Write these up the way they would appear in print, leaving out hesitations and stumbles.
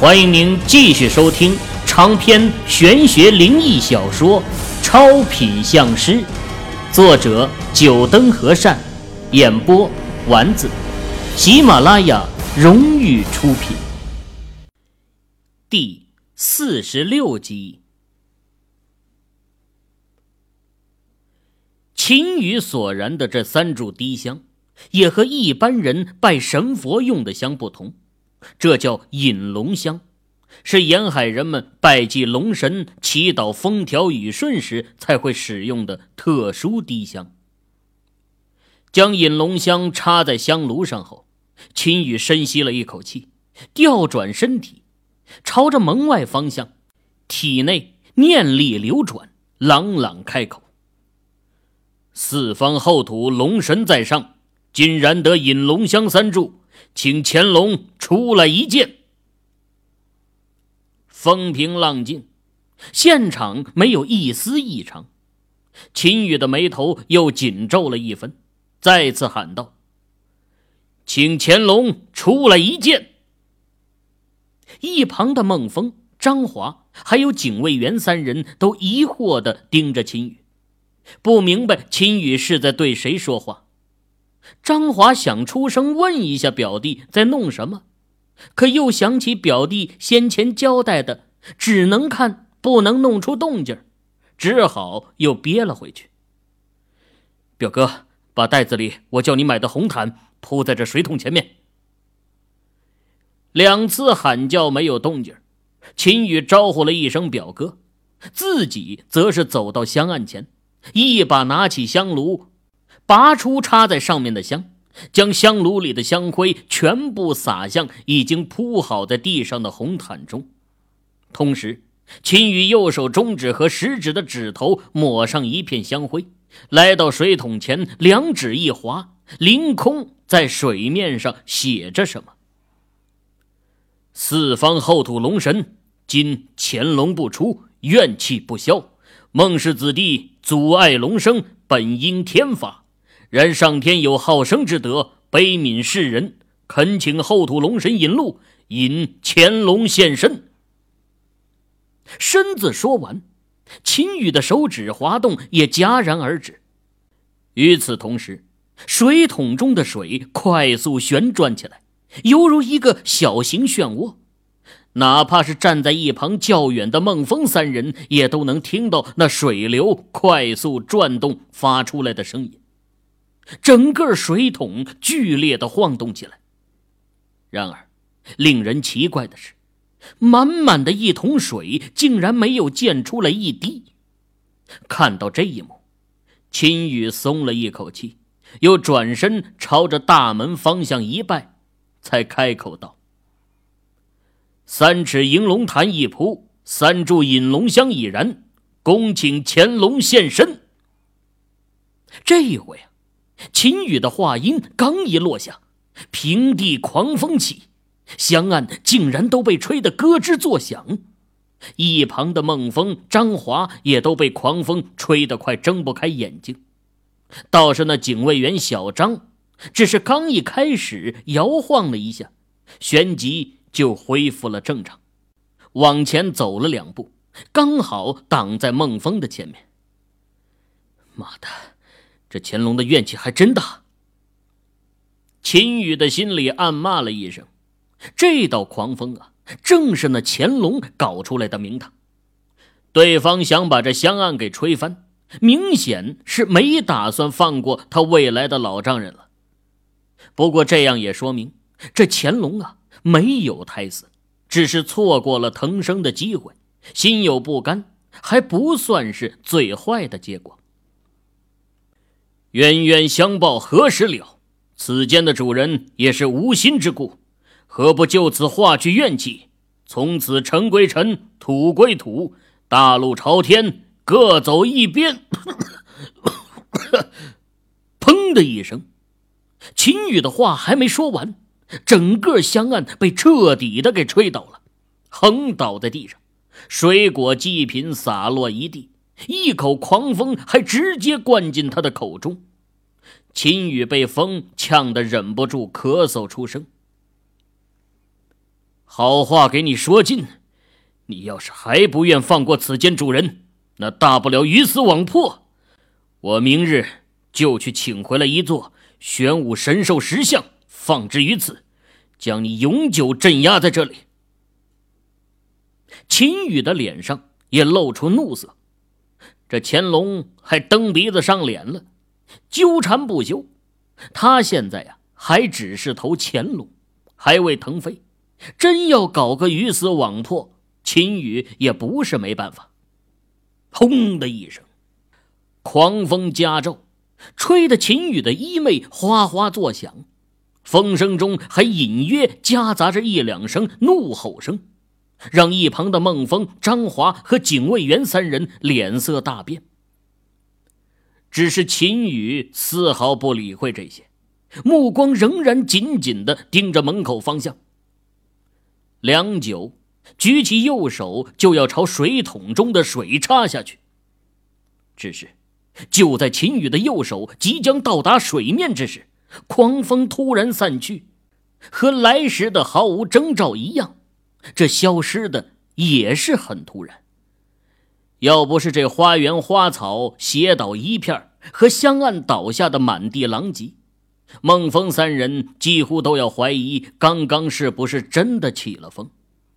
欢迎您继续收听长篇玄学灵异小说《超品相师》，作者九灯和善，演播丸子，喜马拉雅荣誉出品。第46集。秦羽所燃的这3炷低香，也和一般人拜神佛用的香不同，这叫引龙香，是沿海人们拜祭龙神、祈祷风调雨顺时才会使用的特殊低香。将引龙香插在香炉上后，秦羽深吸了一口气，调转身体，朝着门外方向，体内念力流转，朗朗开口：四方后土龙神在上，今燃得引龙香3炷，请乾隆出来一见。风平浪静，现场没有一丝异常。秦羽的眉头又紧皱了一分，再次喊道：请乾隆出来一见。一旁的孟风、张华还有警卫员3人都疑惑地盯着秦羽，不明白秦羽是在对谁说话。张华想出声问一下表弟在弄什么，可又想起表弟先前交代的只能看不能弄出动静，只好又憋了回去。表哥，把袋子里我叫你买的红毯铺在这水桶前面。2次喊叫没有动静，秦羽招呼了一声表哥，自己则是走到香案前，一把拿起香炉，拔出插在上面的香，将香炉里的香灰全部洒向已经铺好在地上的红毯中。同时，秦羽右手中指和食指的指头抹上一片香灰，来到水桶前，2指一划，凌空在水面上写着什么：四方后土龙神，今乾隆不出，怨气不消，孟氏子弟阻碍龙生，本应天罚，然上天有好生之德，悲悯世人，恳请后土龙神引路，引乾隆现身。身子说完，秦羽的手指滑动也戛然而止。与此同时，水桶中的水快速旋转起来，犹如一个小型漩涡。哪怕是站在一旁较远的孟风3人也都能听到那水流快速转动发出来的声音，整个水桶剧烈地晃动起来。然而令人奇怪的是，满满的一桶水竟然没有溅出来一滴。看到这一幕，秦羽松了一口气，又转身朝着大门方向一拜，才开口道：3尺迎龙坛一铺，3炷引龙香已燃，恭请乾隆现身。这一回秦羽的话音刚一落下，平地狂风起，香案竟然都被吹得咯吱作响。一旁的孟风、张华也都被狂风吹得快睁不开眼睛。倒是那警卫员小张，只是刚一开始摇晃了一下，旋即就恢复了正常，往前走了2步，刚好挡在孟风的前面。妈的，这乾隆的怨气还真大。秦羽的心里暗骂了一声，这道狂风正是那乾隆搞出来的名堂。对方想把这香案给吹翻，明显是没打算放过他未来的老丈人了。不过这样也说明这乾隆没有胎死，只是错过了腾升的机会，心有不甘，还不算是最坏的结果。冤冤相报何时了？此间的主人也是无心之故，何不就此化去怨气，从此尘归尘，土归土，大路朝天，各走一边。砰的一声，秦羽的话还没说完，整个香案被彻底的给吹倒了，横倒在地上，水果祭品洒落一地，一口狂风还直接灌进他的口中。秦羽被风呛得忍不住咳嗽出声。 好话给你说尽，你要是还不愿放过此间主人，那大不了鱼死网破。我明日就去请回来一座玄武神兽石像，放置于此，将你永久镇压在这里。秦羽的脸上也露出怒色，这乾隆还蹬鼻子上脸了，纠缠不休。他现在还只是头乾隆，还未腾飞，真要搞个鱼死网破，秦羽也不是没办法。轰的一声，狂风夹骤，吹得秦羽的衣袂哗哗作响，风声中还隐约夹杂着一两声怒吼声，让一旁的孟风、张华和警卫员三人脸色大变。只是秦羽丝毫不理会这些，目光仍然紧紧地盯着门口方向。良久，举起右手就要朝水桶中的水插下去。只是就在秦羽的右手即将到达水面之时，狂风突然散去，和来时的毫无征兆一样，这消失的也是很突然。要不是这花园花草斜倒一片和香岸倒下的满地狼藉，孟风三人几乎都要怀疑刚刚是不是真的起了风。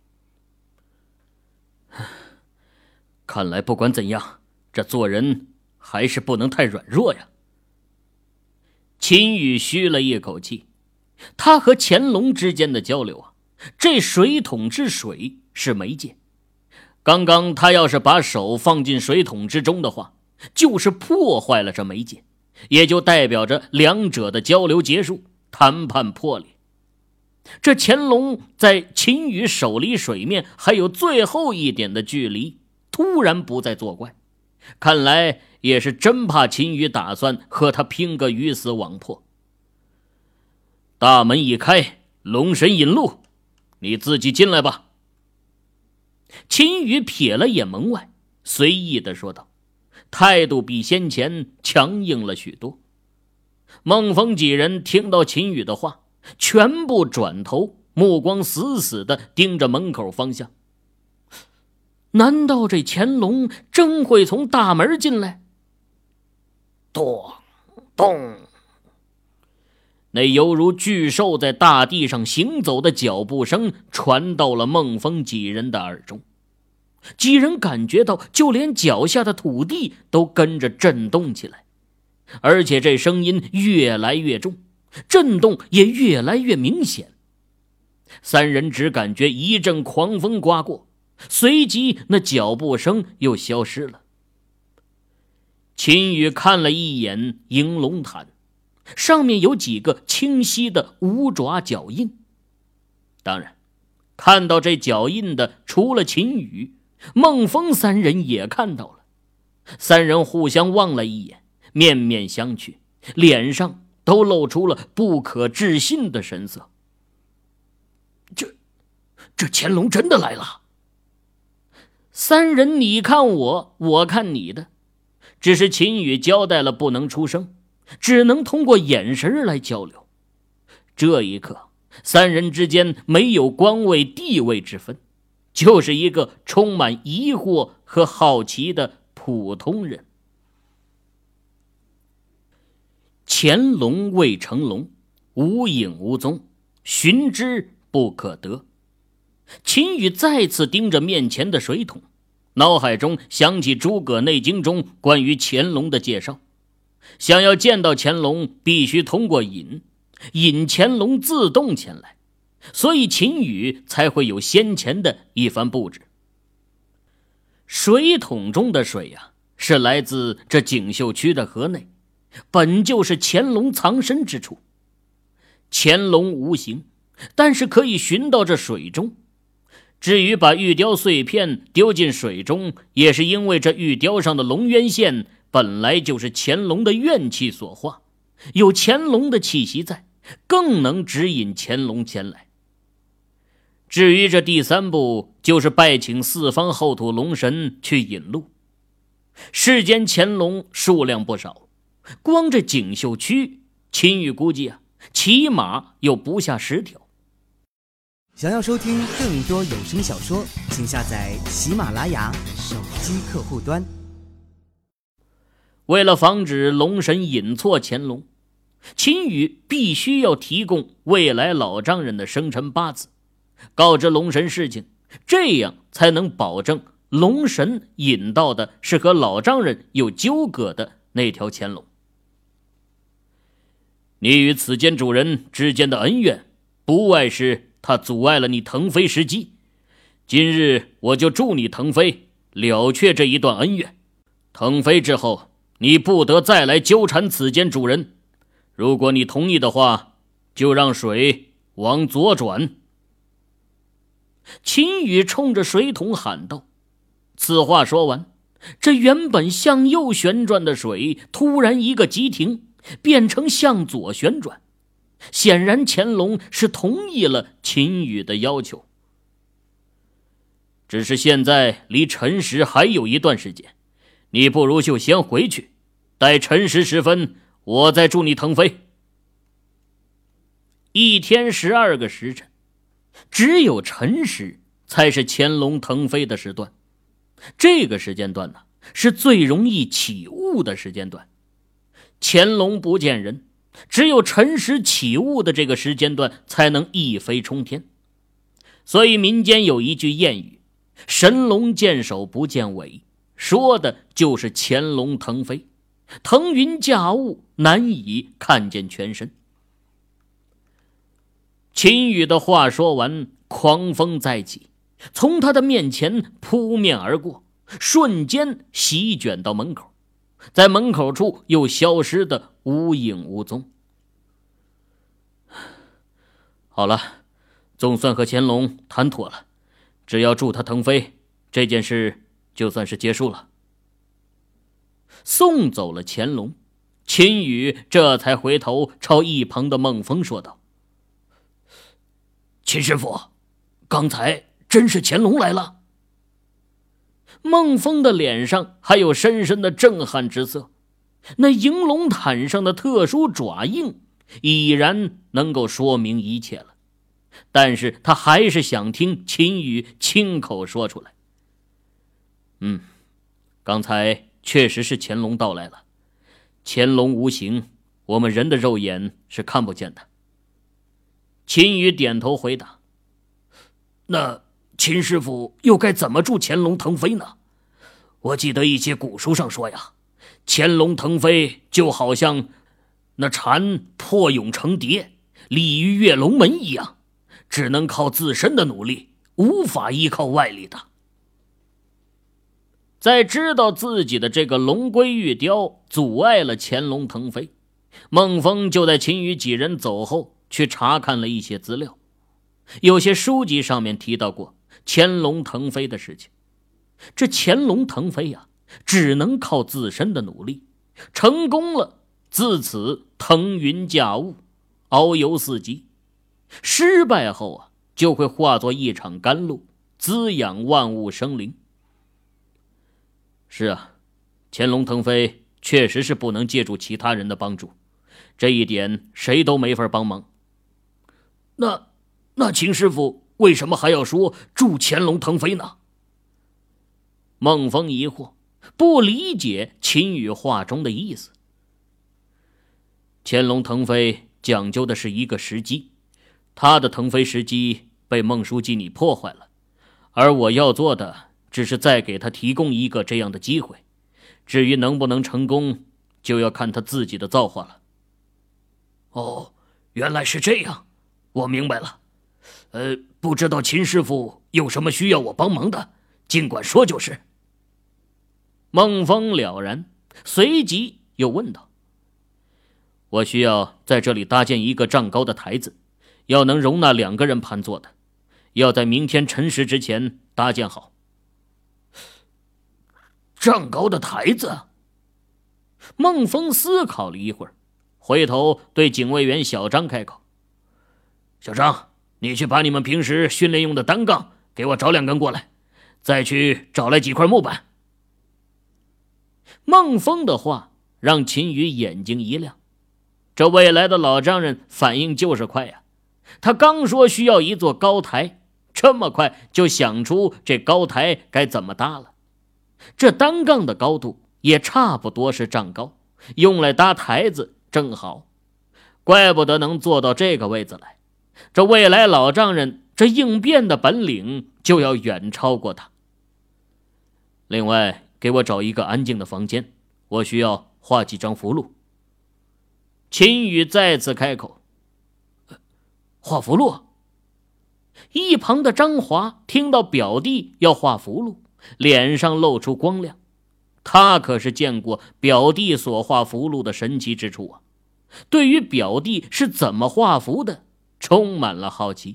看来不管怎样，这做人还是不能太软弱呀。秦羽吁了一口气，他和乾隆之间的交流这水桶之水是媒介。刚刚他要是把手放进水桶之中的话，就是破坏了这媒介，也就代表着两者的交流结束，谈判破裂。这乾隆在秦羽手离水面还有最后一点的距离，突然不再作怪，看来也是真怕秦羽打算和他拼个鱼死网破。大门一开，龙神引路，你自己进来吧。秦羽瞥了眼门外，随意地说道，态度比先前强硬了许多。孟风几人听到秦羽的话，全部转头，目光死死地盯着门口方向。难道这乾隆真会从大门进来？咚咚，那犹如巨兽在大地上行走的脚步声传到了孟风几人的耳中，几人感觉到就连脚下的土地都跟着震动起来，而且这声音越来越重，震动也越来越明显。三人只感觉一阵狂风刮过，随即那脚步声又消失了。秦羽看了一眼银龙潭，上面有几个清晰的五爪脚印。当然，看到这脚印的除了秦羽，孟风三人也看到了。三人互相望了一眼，面面相觑，脸上都露出了不可置信的神色。这乾隆真的来了。三人你看我，我看你的，只是秦羽交代了不能出声，只能通过眼神来交流。这一刻，三人之间没有官位地位之分，就是一个充满疑惑和好奇的普通人。乾隆未成龙，无影无踪，寻之不可得。秦羽再次盯着面前的水桶，脑海中想起诸葛内经中关于乾隆的介绍，想要见到乾隆必须通过引乾隆自动前来，所以秦羽才会有先前的一番布置。水桶中的水是来自这锦绣区的河内，本就是乾隆藏身之处。乾隆无形，但是可以寻到这水中。至于把玉雕碎片丢进水中，也是因为这玉雕上的龙渊线本来就是乾隆的怨气所化，有乾隆的气息在，更能指引乾隆前来。至于这第三步，就是拜请四方后土龙神去引路。世间乾隆数量不少，光这锦绣区，秦羽估计起码有不下10条。 想要收听更多有声小说，请下载喜马拉雅手机客户端。 为了防止龙神引错乾隆，秦羽必须要提供未来老丈人的生辰八字，告知龙神事情，这样才能保证龙神引到的是和老丈人有纠葛的那条乾隆。你与此间主人之间的恩怨，不外是他阻碍了你腾飞时机。今日我就助你腾飞，了却这一段恩怨。腾飞之后，你不得再来纠缠此间主人。如果你同意的话，就让水往左转。秦羽冲着水桶喊道。此话说完，这原本向右旋转的水突然一个急停，变成向左旋转。显然乾隆是同意了秦羽的要求。只是现在离辰时还有一段时间，你不如就先回去，待辰时时分，我再助你腾飞。一天12个时辰，只有辰时才是乾隆腾飞的时段。这个时间段呢，是最容易起雾的时间段。乾隆不见人，只有辰时起雾的这个时间段才能一飞冲天。所以民间有一句谚语，神龙见首不见尾，说的就是乾隆腾飞，腾云驾雾，难以看见全身。秦羽的话说完，狂风再起，从他的面前扑面而过，瞬间席卷到门口，在门口处又消失得无影无踪。好了，总算和乾隆谈妥了，只要助他腾飞，这件事就算是结束了。送走了乾隆，秦羽这才回头朝一旁的孟风说道：秦师傅，刚才真是乾隆来了？孟风的脸上还有深深的震撼之色，那银龙毯上的特殊爪印已然能够说明一切了，但是他还是想听秦羽亲口说出来。刚才确实是乾隆到来了，乾隆无形，我们人的肉眼是看不见的。秦羽点头回答。那秦师傅又该怎么助乾隆腾飞呢？我记得一些古书上说呀，乾隆腾飞就好像那蝉破蛹成蝶，鲤鱼跃龙门一样，只能靠自身的努力，无法依靠外力的。在知道自己的这个龙龟玉雕阻碍了乾隆腾飞，孟风就在秦羽几人走后去查看了一些资料。有些书籍上面提到过乾隆腾飞的事情。这乾隆腾飞呀，只能靠自身的努力，成功了，自此腾云驾雾，遨游四极；失败后啊，就会化作一场甘露，滋养万物生灵。是啊，乾隆腾飞确实是不能借助其他人的帮助，这一点谁都没法帮忙。那秦师傅为什么还要说助乾隆腾飞呢？孟风疑惑，不理解秦羽话中的意思。乾隆腾飞讲究的是一个时机，他的腾飞时机被孟书记你破坏了，而我要做的只是再给他提供一个这样的机会，至于能不能成功，就要看他自己的造化了。哦，原来是这样，我明白了。不知道秦师傅有什么需要我帮忙的，尽管说就是。孟风了然，随即又问道：我需要在这里搭建一个丈高的台子，要能容纳2个人盘坐的，要在明天辰时之前搭建好。丈高的台子？孟风思考了一会儿，回头对警卫员小张开口：小张，你去把你们平时训练用的单杠给我找2根过来，再去找来几块木板。孟风的话让秦羽眼睛一亮，这未来的老丈人反应就是快呀， 他刚说需要一座高台，这么快就想出这高台该怎么搭了。这单杠的高度也差不多是丈高，用来搭台子正好，怪不得能做到这个位子来。这未来老丈人这应变的本领就要远超过他。另外，给我找一个安静的房间，我需要画几张符箓。秦宇再次开口：画符箓？一旁的张华听到表弟要画符箓，脸上露出光亮。他可是见过表弟所画符箓的神奇之处啊，对于表弟是怎么画符的充满了好奇。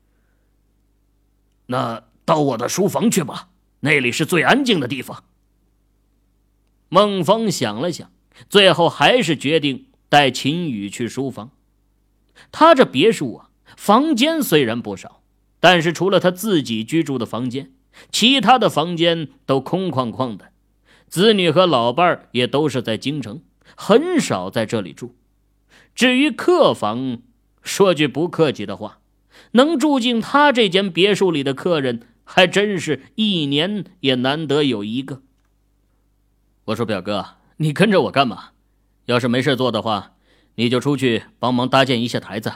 那到我的书房去吧，那里是最安静的地方。孟风想了想，最后还是决定带秦宇去书房。他这别墅啊，房间虽然不少，但是除了他自己居住的房间，其他的房间都空旷旷的。子女和老伴也都是在京城，很少在这里住。至于客房，说句不客气的话，能住进他这间别墅里的客人，还真是一年也难得有一个。我说表哥，你跟着我干嘛？要是没事做的话，你就出去帮忙搭建一下台子。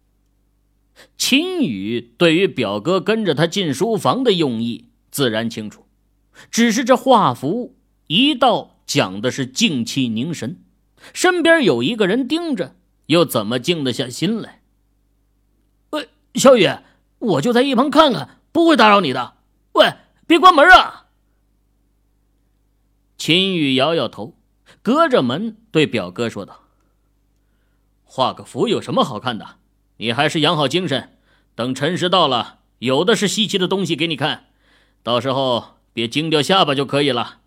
秦宇对于表哥跟着他进书房的用意自然清楚，只是这画符一道讲的是静气凝神，身边有一个人盯着，又怎么静得下心来？小雨，我就在一旁看看，不会打扰你的。喂，别关门啊！秦宇摇摇头，隔着门对表哥说道：画个符有什么好看的？你还是养好精神，等辰时到了，有的是稀奇的东西给你看，到时候别惊掉下巴就可以了。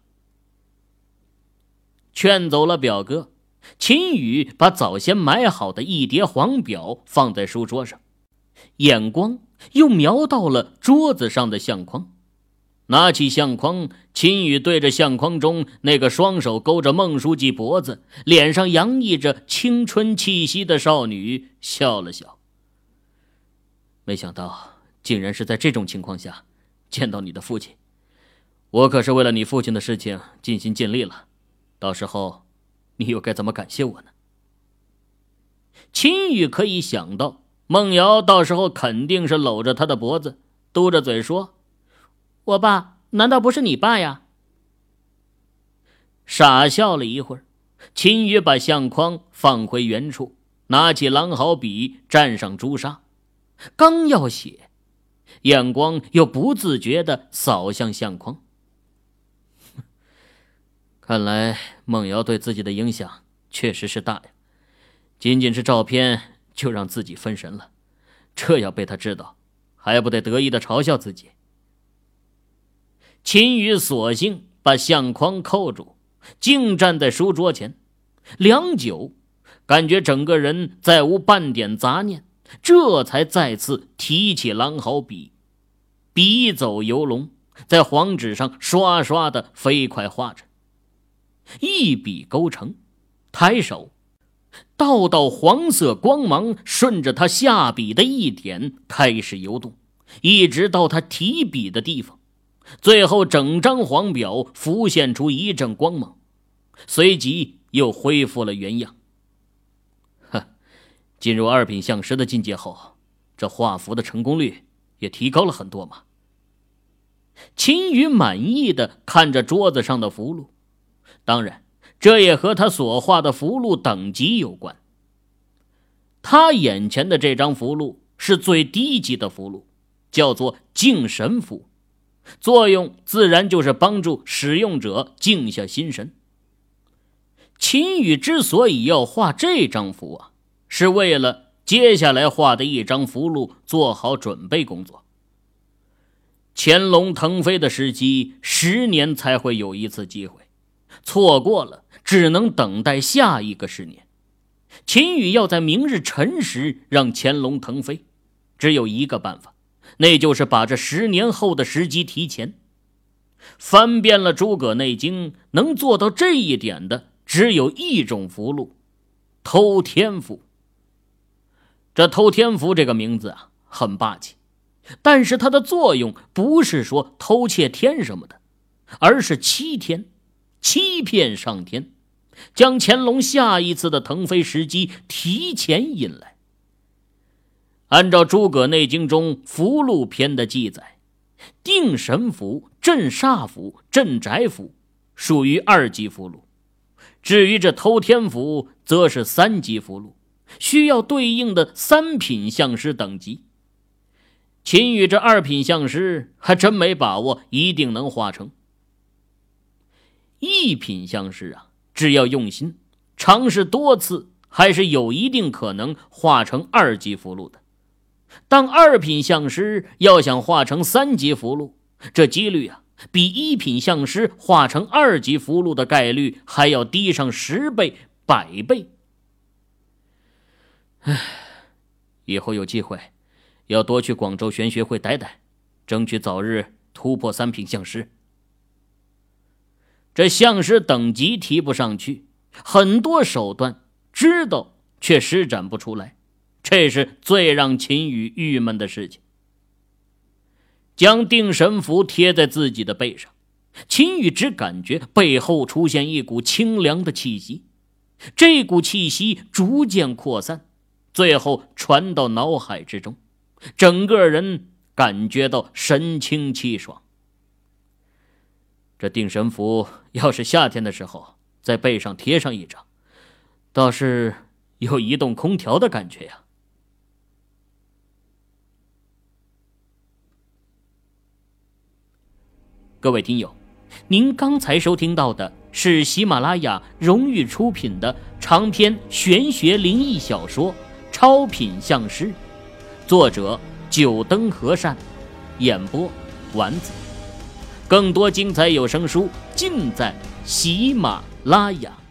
劝走了表哥，秦宇把早先买好的一叠黄表放在书桌上，眼光又瞄到了桌子上的相框。拿起相框，秦宇对着相框中那个双手勾着孟书记脖子，脸上洋溢着青春气息的少女笑了笑。没想到竟然是在这种情况下见到你的父亲，我可是为了你父亲的事情尽心尽力了，到时候你又该怎么感谢我呢？秦宇可以想到孟瑶到时候肯定是搂着他的脖子，嘟着嘴说：我爸难道不是你爸呀？傻笑了一会儿，秦宇把相框放回原处，拿起狼毫笔蘸上朱砂，刚要写，眼光又不自觉地扫向相框。看来孟瑶对自己的影响确实是大呀，仅仅是照片就让自己分神了，这要被他知道，还不得得意地嘲笑自己。秦宇索性把相框扣住，静站在书桌前，良久，感觉整个人再无半点杂念，这才再次提起狼毫笔，笔走游龙，在黄纸上刷刷的飞快画着，一笔勾成，抬手，道道黄色光芒顺着他下笔的一点开始游动，一直到他提笔的地方，最后整张黄表浮现出一阵光芒，随即又恢复了原样。进入二品相师的境界后，这画符的成功率也提高了很多嘛。秦宇满意地看着桌子上的符箓，当然这也和他所画的符箓等级有关。他眼前的这张符箓是最低级的符箓，叫做静神符，作用自然就是帮助使用者静下心神。秦宇之所以要画这张符啊，是为了接下来画的一张符箓做好准备工作。潜龙腾飞的时机10年才会有一次机会，错过了只能等待下一个10年。秦宇要在明日辰时让潜龙腾飞，只有一个办法，那就是把这10年后的时机提前。翻遍了诸葛内经，能做到这一点的只有一种符箓，偷天符。 这偷天符这个名字啊，很霸气，但是它的作用不是说偷窃天什么的，而是欺天，欺骗上天，将乾隆下一次的腾飞时机提前引来。按照诸葛内经中符箓篇的记载，定神符、镇煞符、镇宅符属于2级符箓，至于这偷天符则是3级符箓，需要对应的3品相师等级。秦羽这2品相师还真没把握一定能化成。1品相师啊，只要用心尝试多次，还是有一定可能化成2级符箓的。当2品相师要想化成3级符箓，这几率啊，比1品相师化成2级符箓的概率还要低上10倍、100倍。以后有机会要多去广州玄学会待待，争取早日突破3品相师。这相师等级提不上去，很多手段知道却施展不出来，这是最让秦羽郁闷的事情。将定神符贴在自己的背上，秦羽只感觉背后出现一股清凉的气息，这股气息逐渐扩散，最后传到脑海之中，整个人感觉到神清气爽。这定神符要是夏天的时候在背上贴上一张，倒是有移动空调的感觉呀。各位听友，您刚才收听到的是喜马拉雅荣誉出品的长篇玄学灵异小说《超品相师》，作者九灯和善，演播丸子。更多精彩有声书尽在喜马拉雅。